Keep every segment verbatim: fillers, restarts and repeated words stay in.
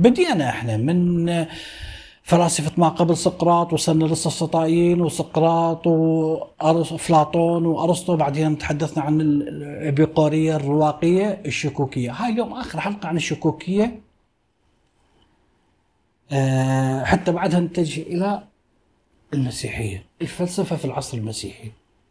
بدينا احنا من فلاسفة ما قبل سقراط، وصلنا للسفسطائيين وسقراط وأفلاطون وأرسطو، بعدين تحدثنا عن الإبيقورية الرواقية الشكوكية. هاي اليوم آخر حلقة عن الشكوكية، أه حتى بعدها نتجه إلى المسيحية، الفلسفة في العصر المسيحي.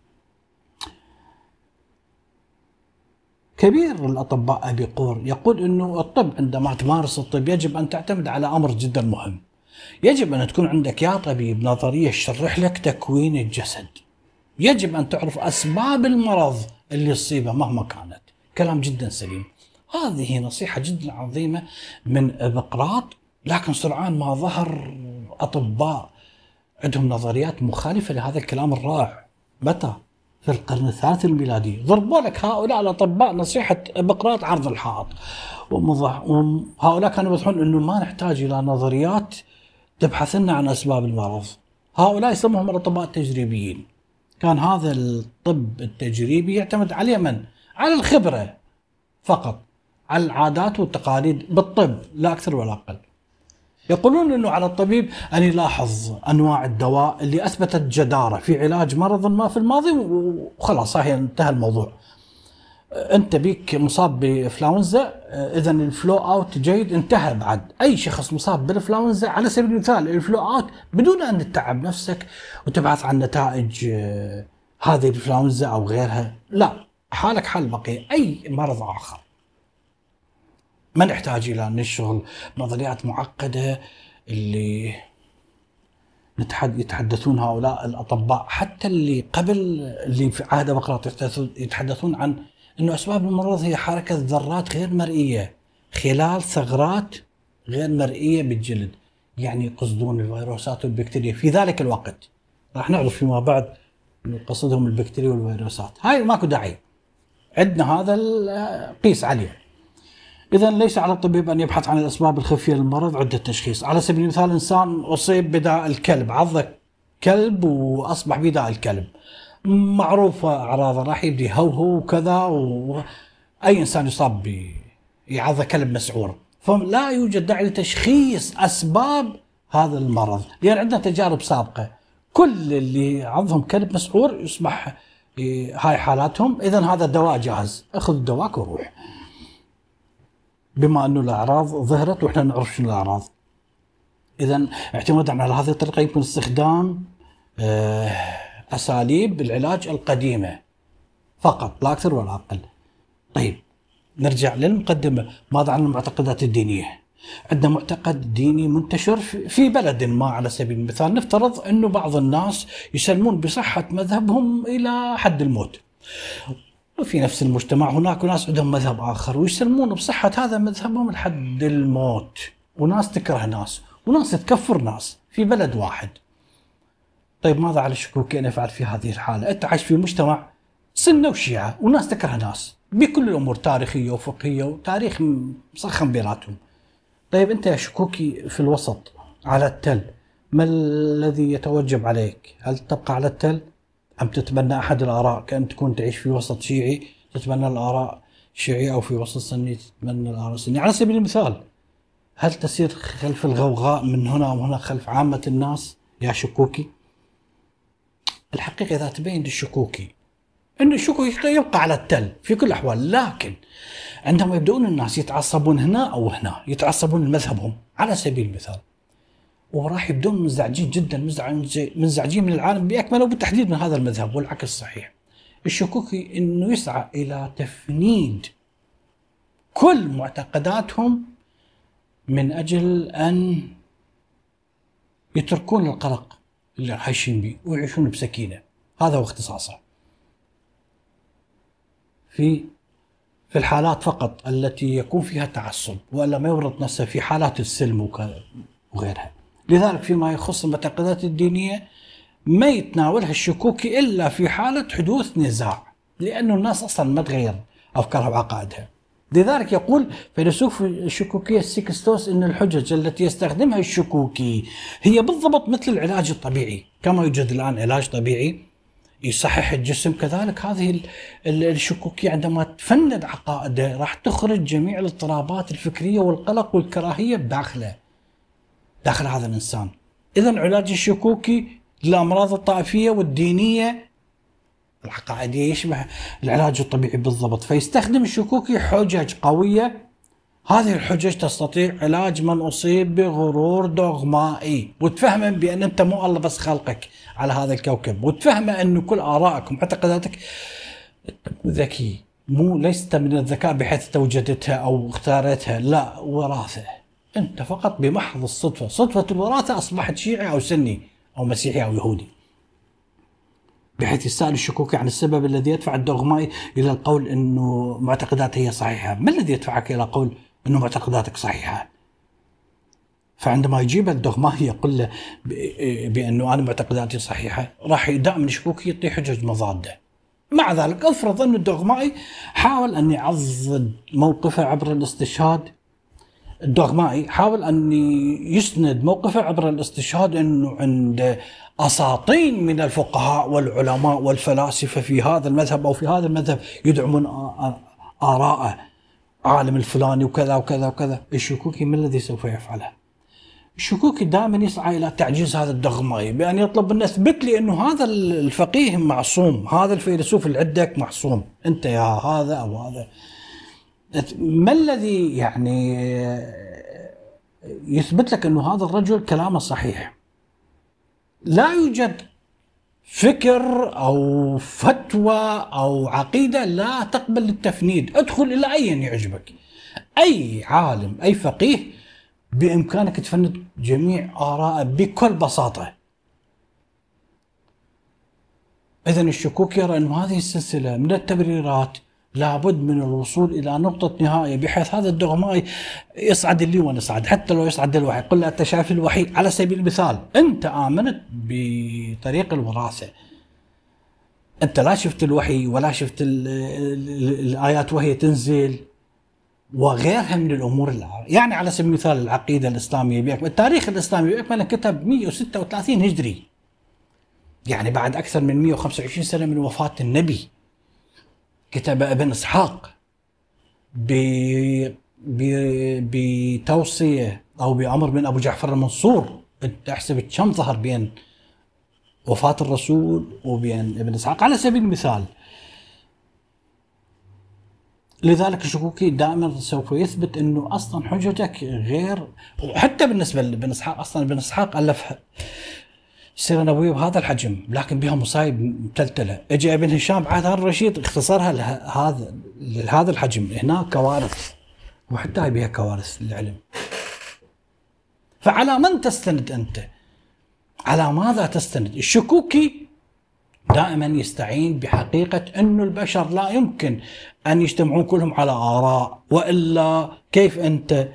كبير الأطباء أبيقور يقول أنه الطب عندما تمارس الطب يجب أن تعتمد على أمر جدا مهم، يجب أن تكون عندك يا طبيب نظرية تشرح لك تكوين الجسد، يجب أن تعرف أسباب المرض اللي يصيبه مهما كانت. كلام جدا سليم. هذه نصيحة جدا عظيمة من إبيقراط، لكن سرعان ما ظهر أطباء عندهم نظريات مخالفة لهذا الكلام الرائع. متى؟ في القرن الثالث الميلادي ضربوا لك هؤلاء الأطباء نصيحة إبيقراط عرض الحائط، وهؤلاء كانوا يوضحون أنه ما نحتاج إلى نظريات تبحث لنا عن أسباب المرض. هؤلاء يسموهم الأطباء التجريبيين. كان هذا الطب التجريبي يعتمد على من؟ على الخبرة فقط، على العادات والتقاليد بالطب، لا أكثر ولا أقل. يقولون أنه على الطبيب أن يلاحظ أنواع الدواء اللي أثبتت جدارة في علاج مرض ما في الماضي وخلاص هي انتهى الموضوع. أنت بيك مصاب بإنفلونزا، إذا الفلو أوت جيد، انتهى. بعد أي شخص مصاب بالإنفلونزا على سبيل المثال الفلو أوت بدون أن تتعب نفسك وتبحث عن نتائج هذه الإنفلونزا أو غيرها، لا، حالك حال بقية أي مرض آخر. ما نحتاج إلى نشغل نظريات معقدة اللي يتحدثون هؤلاء الأطباء، حتى اللي قبل اللي في عهد إبيقراط يتحدثون عن أنه أسباب المرض هي حركة ذرات غير مرئية خلال ثغرات غير مرئية بالجلد، يعني يقصدون الفيروسات والبكتيريا في ذلك الوقت. راح نعرف فيما بعد أنه قصدهم البكتيريا والفيروسات. هاي ماكو داعي، عندنا هذا القيس عليه. إذا ليس على الطبيب أن يبحث عن الأسباب الخفية للمرض، عدة تشخيص. على سبيل المثال إنسان أصيب بداء الكلب، عض كلب وأصبح بداء الكلب، معروفة أعراضه، راح يبدي هوهو وكذا، وأي إنسان يصاب بعض كلب مسعور، فلا يوجد داعي لتشخيص أسباب هذا المرض، لأن يعني عندنا تجارب سابقة. كل اللي عضهم كلب مسعور يصبح هاي حالاتهم، إذا هذا الدواء جاهز، أخذ دواك وروح، بما أنه الأعراض ظهرت وإحنا نعرف شنو الأعراض. إذا اعتمادا على هذه الطريقة يمكن استخدام أساليب العلاج القديمة فقط، لا أكثر ولا أقل. طيب نرجع للمقدمة. ماذا عن المعتقدات الدينية؟ عندنا معتقد ديني منتشر في بلد ما، على سبيل المثال نفترض أنه بعض الناس يسلمون بصحة مذهبهم إلى حد الموت، وفي نفس المجتمع هناك ناس عندهم مذهب آخر ويسلمون بصحة هذا مذهبهم لحد الموت، وناس تكره ناس وناس تكفر ناس في بلد واحد. طيب ماذا على الشكوكي أن يفعل في هذه الحالة؟ أنت عايش في مجتمع سنة وشيعة وناس تكره ناس بكل الأمور تاريخية وفقهية وتاريخ مسخن بيناتهم. طيب أنت يا شكوكي في الوسط على التل، ما الذي يتوجب عليك؟ هل تبقى على التل أم تتبنى أحد الآراء؟ كأن تكون تعيش في وسط شيعي تتبنى الآراء الشيعية، أو في وسط سني تتبنى الآراء السنية. على سبيل المثال، هل تسير خلف الغوغاء من هنا وهنا خلف عامة الناس يا شكوكي؟ الحقيقة إذا تبين للشكوكي أن الشكوكي يبقى على التل في كل الأحوال، لكن عندما يبدأون الناس يتعصبون هنا أو هنا، يتعصبون لمذهبهم على سبيل المثال، وراح يبدون منزعجين جدا، منزعجين من العالم بأكمله وبالتحديد من هذا المذهب، والعكس صحيح. الشكوكي أنه يسعى إلى تفنيد كل معتقداتهم من أجل أن يتركون القلق اللي عايشين به ويعيشون بسكينة. هذا هو اختصاصه في في الحالات فقط التي يكون فيها تعصب، وإلا ما يورط نفسه في حالات السلم وغيرها. لذلك فيما يخص المعتقدات الدينية ما يتناولها الشكوكي إلا في حالة حدوث نزاع، لأنه الناس أصلا ما تغير أفكارها وعقائدها. لذلك يقول فيلسوف الشكوكية سيكستوس إن الحجج التي يستخدمها الشكوكي هي بالضبط مثل العلاج الطبيعي. كما يوجد الآن علاج طبيعي يصحح الجسم. كذلك هذه الشكوكية عندما تفند عقائده راح تخرج جميع الاضطرابات الفكرية والقلق والكراهية بداخله، داخل هذا الإنسان. إذن علاج الشكوكي للأمراض الطائفية والدينية العقائدية يشبه العلاج الطبيعي بالضبط. فيستخدم الشكوكي حجج قوية، هذه الحجج تستطيع علاج من أصيب بغرور دوغمائي، وتفهمه بأن أنت مو الله بس خلقك على هذا الكوكب، وتفهمه أن كل آرائك ومعتقداتك ذكي، مو ليست من الذكاء بحيث توجدتها أو اختارتها، لا، وراثة. أنت فقط بمحض الصدفة، صدفة الوراثة أصبحت شيعي أو سني أو مسيحي أو يهودي. بحيث يسأل الشكوكي عن السبب الذي يدفع الدوغمائي إلى القول أنه معتقداته هي صحيحة. ما الذي يدفعك إلى قول أنه معتقداتك صحيحة؟ فعندما يجيب الدوغمائي يقول له بأنه أنا معتقداتي صحيحة، راح دائما الشكوكي يعطي حجج مضادة. مع ذلك افرض أن الدوغمائي حاول أن يعضد موقفه عبر الاستشهاد، الدوغمائي حاول أن يسند موقفه عبر الاستشهاد أنه عند أساطين من الفقهاء والعلماء والفلاسفة في هذا المذهب أو في هذا المذهب يدعمون آراءه، عالم الفلاني وكذا وكذا وكذا. الشكوكي ما الذي سوف يفعله؟ الشكوكي دائما يسعى إلى تعجيز هذا الدوغمائي بأن يطلب أن يثبت لي أنه هذا الفقيه معصوم، هذا الفيلسوف اللي عندك معصوم، أنت يا هذا أو هذا. ما الذي يعني يثبت لك أنه هذا الرجل كلامه صحيح؟ لا يوجد فكر أو فتوى أو عقيدة لا تقبل التفنيد. ادخل إلى أي يعجبك، أي عالم، أي فقيه، بإمكانك تفند جميع آراءه بكل بساطة. إذن الشكوك يرى أن هذه السلسلة من التبريرات لابد من الوصول إلى نقطة نهاية، بحيث هذا الدوغمائي يصعد اللي ونصعد، حتى لو يصعد الوحي. قل له أنت شايف الوحي، على سبيل المثال أنت آمنت بطريق الوراثة، أنت لا شفت الوحي ولا شفت ال ال الآيات وهي تنزل وغيرها من الأمور العارة. يعني على سبيل المثال العقيدة الإسلامية بأكمل، التاريخ الإسلامي بأكمله كتب مئة وستة وثلاثين هجري، يعني بعد أكثر من مئة وخمسة وعشرين سنة من وفاة النبي. كتب ابن إسحاق بتوصية أو بأمر من أبو جعفر المنصور. أنت أحسب كم ظهر بين وفاة الرسول وبين ابن إسحاق على سبيل المثال. لذلك الشكوكي دائما سوف يثبت أنه أصلا حجتك غير. وحتى بالنسبة لابن إسحاق، أصلا ابن إسحاق ألف السيرة النبوية بهذا الحجم لكن بها مصايب متلتلة. اجى ابن هشام بعد هارون الرشيد اختصرها لهذا لهذا الحجم، هناك كوارث وحتى بها كوارث للعلم. فعلى من تستند أنت؟ على ماذا تستند؟ الشكوكي دائما يستعين بحقيقة أنه البشر لا يمكن أن يجتمعون كلهم على آراء، وإلا كيف أنت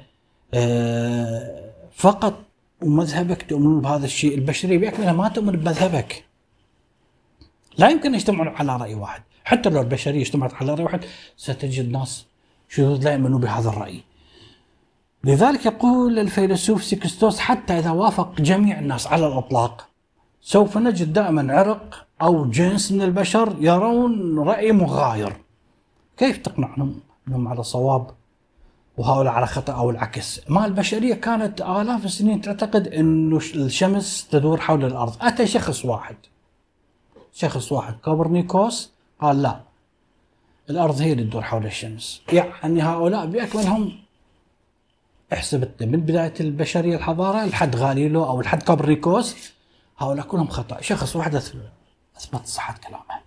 فقط ومذهبك تؤمنون بهذا الشيء؟ البشرية بأكملها ما تؤمن بمذهبك. لا يمكن أن يجتمعون على رأي واحد، حتى لو البشرية اجتمعت على رأي واحد ستجد ناس شذوذ لا يؤمنون بهذا الرأي. لذلك يقول الفيلسوف سيكستوس حتى إذا وافق جميع الناس على الإطلاق سوف نجد دائما عرق أو جنس من البشر يرون رأي مغاير. كيف تقنعهم أنهم على صواب وهؤلاء على خطأ أو العكس؟ ما البشرية كانت آلاف السنين تعتقد أن الشمس تدور حول الأرض. أتى شخص واحد شخص واحد كوبرنيكوس قال لا، الأرض هي اللي تدور حول الشمس. يعني هؤلاء بأكملهم احسب من بداية البشرية الحضارة لحد غاليلو أو لحد كوبرنيكوس هؤلاء كلهم خطأ. شخص واحد أثبت صحة كلامه.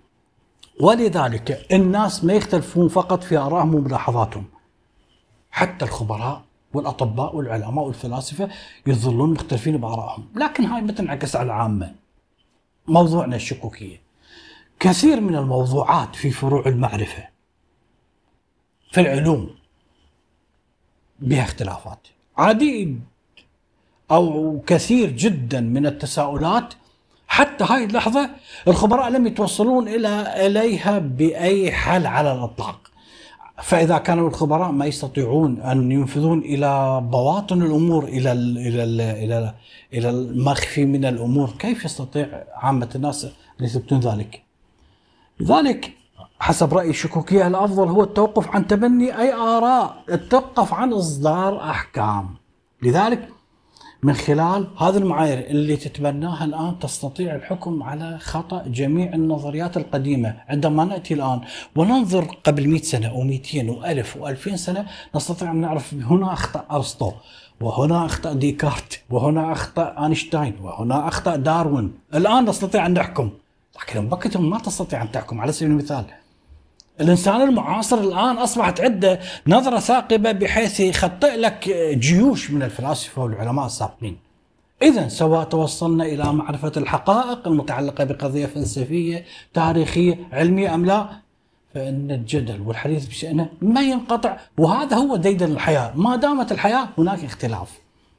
ولذلك الناس ما يختلفون فقط في آرائهم وملاحظاتهم، حتى الخبراء والأطباء والعلماء والفلاسفة يظلون مختلفين بآرائهم، لكن هاي ما تنعكس على العامة. موضوعنا الشكوكية، كثير من الموضوعات في فروع المعرفة في العلوم بها اختلافات عديد أو كثير جدا من التساؤلات حتى هاي اللحظة الخبراء لم يتوصلون إلى إليها بأي حل على الإطلاق. فإذا كانوا الخبراء ما يستطيعون أن ينفذون إلى بواطن الأمور، إلى ال إلى ال إلى ال إلى المخفي من الأمور، كيف يستطيع عامة الناس يثبتون ذلك. لذلك حسب رأي الشكوكية الأفضل هو التوقف عن تبني أي آراء، التوقف عن إصدار أحكام. لذلك من خلال هذه المعايير اللي تتبناها الآن تستطيع الحكم على خطأ جميع النظريات القديمة. عندما نأتي الآن وننظر قبل مئة سنة أو مئتين وألف وألفين سنة نستطيع أن نعرف هنا أخطأ أرسطو، وهنا أخطأ ديكارت، وهنا أخطأ أينشتاين، وهنا أخطأ داروين. الآن نستطيع أن نحكم، لكن بوقتهم ما تستطيع أن تحكم. على سبيل المثال الإنسان المعاصر الآن أصبحت عنده نظرة ثاقبة بحيث يخطئ لك جيوش من الفلاسفة والعلماء السابقين. إذن سواء توصلنا إلى معرفة الحقائق المتعلقة بقضية فلسفية تاريخية علمية أم لا، فإن الجدل والحديث بشأنه ما ينقطع، وهذا هو ديدن الحياة. ما دامت الحياة هناك اختلاف،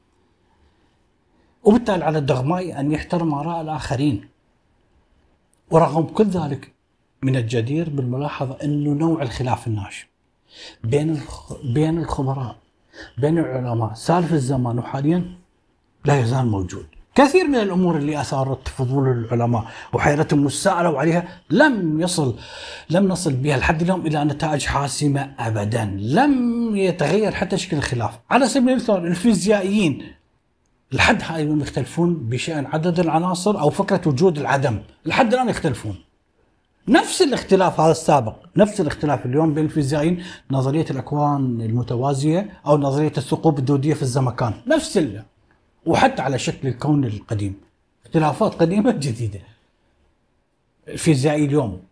وبالتالي على الدغمائي أن يحترم آراء الآخرين. ورغم كل ذلك من الجدير بالملاحظة أنه نوع الخلاف الناشئ بين بين الخبراء بين العلماء سالف الزمان وحاليا لا يزال موجود. كثير من الأمور اللي أثارت فضول العلماء وحيرتهم وسألوا عليها لم يصل لم نصل بها لحد اليوم إلى نتائج حاسمة أبدا. لم يتغير حتى شكل الخلاف. على سبيل المثال الفيزيائيين لحد هاي اليوم يختلفون بشأن عدد العناصر أو فكرة وجود العدم، لحد الآن يختلفون. نفس الاختلاف هذا السابق، نفس الاختلاف اليوم بين الفيزيائيين نظرية الأكوان المتوازية أو نظرية الثقوب الدودية في الزمكان، نفس ال... وحتى على شكل الكون القديم، اختلافات قديمة جديدة. الفيزيائي اليوم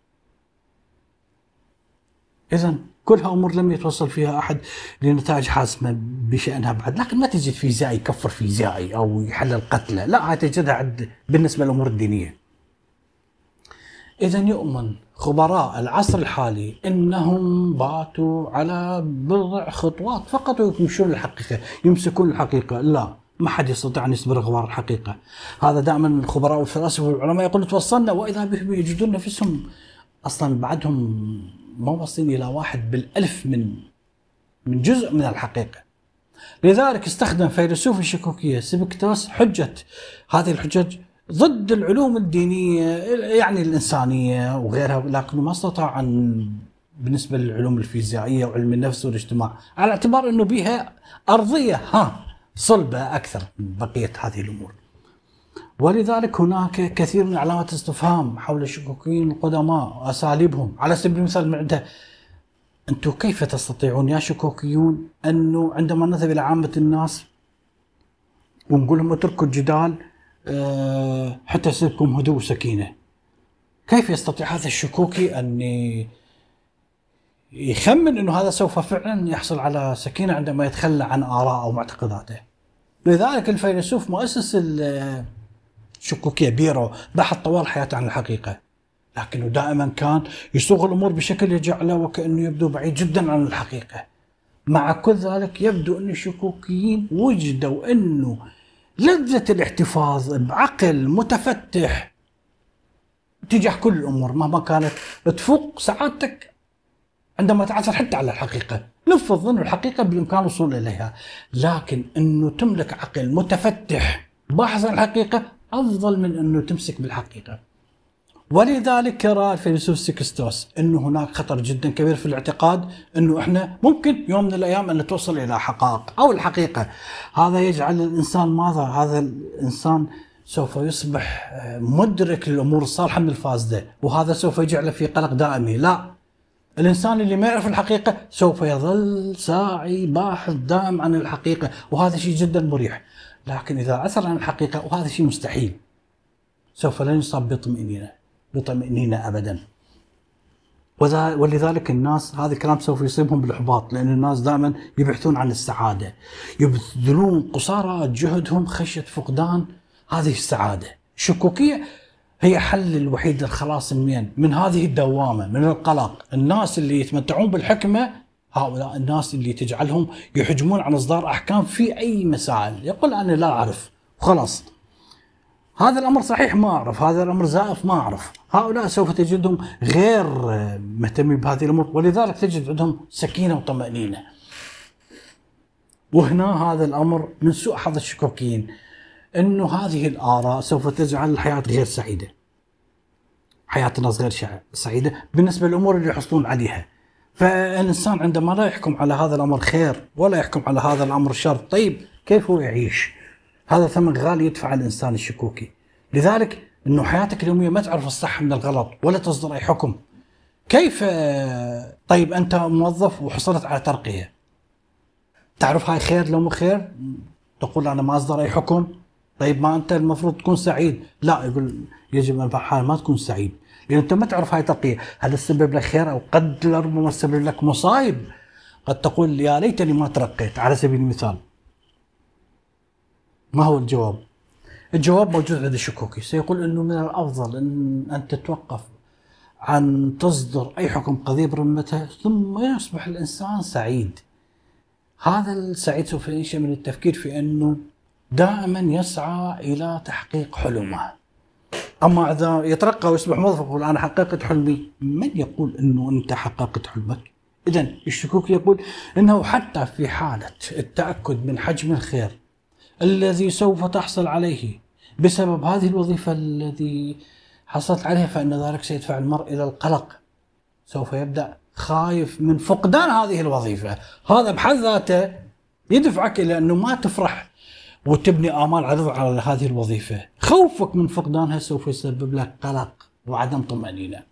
إذن كلها أمور لم يتوصل فيها أحد لنتائج حاسمة بشأنها بعد. لكن ما تجد فيزيائي يكفر فيزيائي أو يحلل قتله، لا، هاي تجدها عند بالنسبة للأمور الدينية. إذن يؤمن خبراء العصر الحالي أنهم باتوا على بضع خطوات فقط ويمشون الحقيقة، يمسكون الحقيقة. لا، ما حد يستطيع أن يصبر غبار الحقيقة. هذا دائما الخبراء والفلاسفة والعلماء يقولون توصلنا، وإذا بهم يجدون نفسهم أصلا بعدهم ما واصلين إلى واحد بالألف من من جزء من الحقيقة. لذلك استخدم فيلسوف الشكوكية سيبكتوس حجة هذه الحجج ضد العلوم الدينية يعني الإنسانية وغيرها، لكنه ما استطاع أن بالنسبة للعلوم الفيزيائية وعلم النفس والاجتماع، على اعتبار أنه بها أرضية ها صلبة أكثر من بقية هذه الأمور. ولذلك هناك كثير من علامات استفهام حول الشكوكيين القدماء وأساليبهم. على سبيل المثال من عنده أنتم كيف تستطيعون يا شكوكيون أنه عندما نذهب إلى عامة الناس ونقول لهم اتركوا الجدال حتى يصيبكم هدوء وسكينة، كيف يستطيع هذا الشكوكي أن يخمن أنه هذا سوف فعلا يحصل على سكينة عندما يتخلى عن آراء أو معتقداته؟ لذلك الفيلسوف مؤسس الشكوكية بيرو بحث طوال حياته عن الحقيقة، لكنه دائما كان يصوغ الأمور بشكل يجعله وكأنه يبدو بعيد جدا عن الحقيقة. مع كل ذلك يبدو أن الشكوكيين وجدوا أنه لذة الاحتفاظ بعقل متفتح تجاه كل الأمور مهما كانت تفوق سعادتك عندما تعثر حتى على الحقيقة. نفرض أن الحقيقة بالإمكان الوصول إليها، لكن أنه تملك عقل متفتح باحث عن الحقيقة أفضل من أنه تمسك بالحقيقة. ولذلك يرى الفيلسوف سيكستوس أنه هناك خطر جدا كبير في الاعتقاد أنه إحنا ممكن يوم من الأيام أن نتوصل إلى حقائق أو الحقيقة. هذا يجعل الإنسان ماذا؟ هذا الإنسان سوف يصبح مدرك للأمور الصالحة من الفاسدة، وهذا سوف يجعله في قلق دائمي. لا، الإنسان اللي ما يعرف الحقيقة سوف يظل ساعي باحث دائم عن الحقيقة، وهذا شيء جدا مريح. لكن إذا عثر عن الحقيقة، وهذا شيء مستحيل، سوف لا يصاب بطمئنينة بطمئنينة أبدا. ولذلك الناس هذا الكلام سوف يصيبهم بالإحباط، لأن الناس دائما يبحثون عن السعادة، يبذلون قصارى جهدهم خشية فقدان هذه السعادة. الشكوكية هي حل الوحيد للخلاص من من هذه الدوامة من القلق. الناس اللي يتمتعون بالحكمة هؤلاء الناس اللي تجعلهم يحجمون عن إصدار أحكام في أي مسائل. يقول أنا لا أعرف وخلاص، هذا الأمر صحيح ما أعرف، هذا الأمر زائف ما أعرف. هؤلاء سوف تجدهم غير مهتمين بهذه الأمور، ولذلك تجد عندهم سكينة وطمأنينة. وهنا هذا الأمر من سوء حظ الشكوكيين، أنه هذه الآراء سوف تجعل الحياة غير سعيدة. حياة الناس غير سعيدة بالنسبة للأمور اللي يحصلون عليها. فالإنسان عندما لا يحكم على هذا الأمر خير ولا يحكم على هذا الأمر شر، طيب كيف هو يعيش؟ هذا ثمن غالي يدفع الإنسان الشكوكي. لذلك أنه حياتك اليومية ما تعرف الصح من الغلط ولا تصدر أي حكم. كيف طيب أنت موظف وحصلت على ترقية، تعرف هاي خير لو مو خير؟ تقول أنا ما أصدر أي حكم. طيب ما أنت المفروض تكون سعيد. لا، يقول يجب أن بحال ما تكون سعيد، لأن أنت ما تعرف هاي ترقية هذا السبب لك خير أو قد لربما السبب لك مصايب. قد تقول يا ليتني ما ترقيت على سبيل المثال. ما هو الجواب؟ الجواب موجود عند الشكوكي، سيقول أنه من الأفضل أن أن تتوقف عن تصدر أي حكم قضية برمتها ثم يصبح الإنسان سعيد. هذا السعيد سوف ينشأ من التفكير في أنه دائما يسعى إلى تحقيق حلمه. أما إذا يترقى ويصبح موظف يقول أنا حققت حلمي، من يقول أنه أنت حققت حلمك؟ إذن الشكوك يقول أنه حتى في حالة التأكد من حجم الخير الذي سوف تحصل عليه بسبب هذه الوظيفة التي حصلت عليها، فإن ذلك سيدفع المرء إلى القلق. سوف يبدأ خايف من فقدان هذه الوظيفة. هذا بحد ذاته يدفعك إلى أنه ما تفرح وتبني آمال على هذه الوظيفة. خوفك من فقدانها سوف يسبب لك قلق وعدم طمأنينة.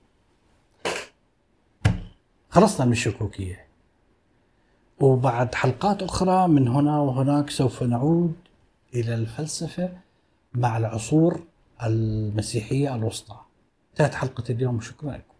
خلصنا من الشكوكية، وبعد حلقات أخرى من هنا وهناك سوف نعود إلى الفلسفة مع العصور المسيحية الوسطى. انتهت حلقة اليوم، شكرا لكم.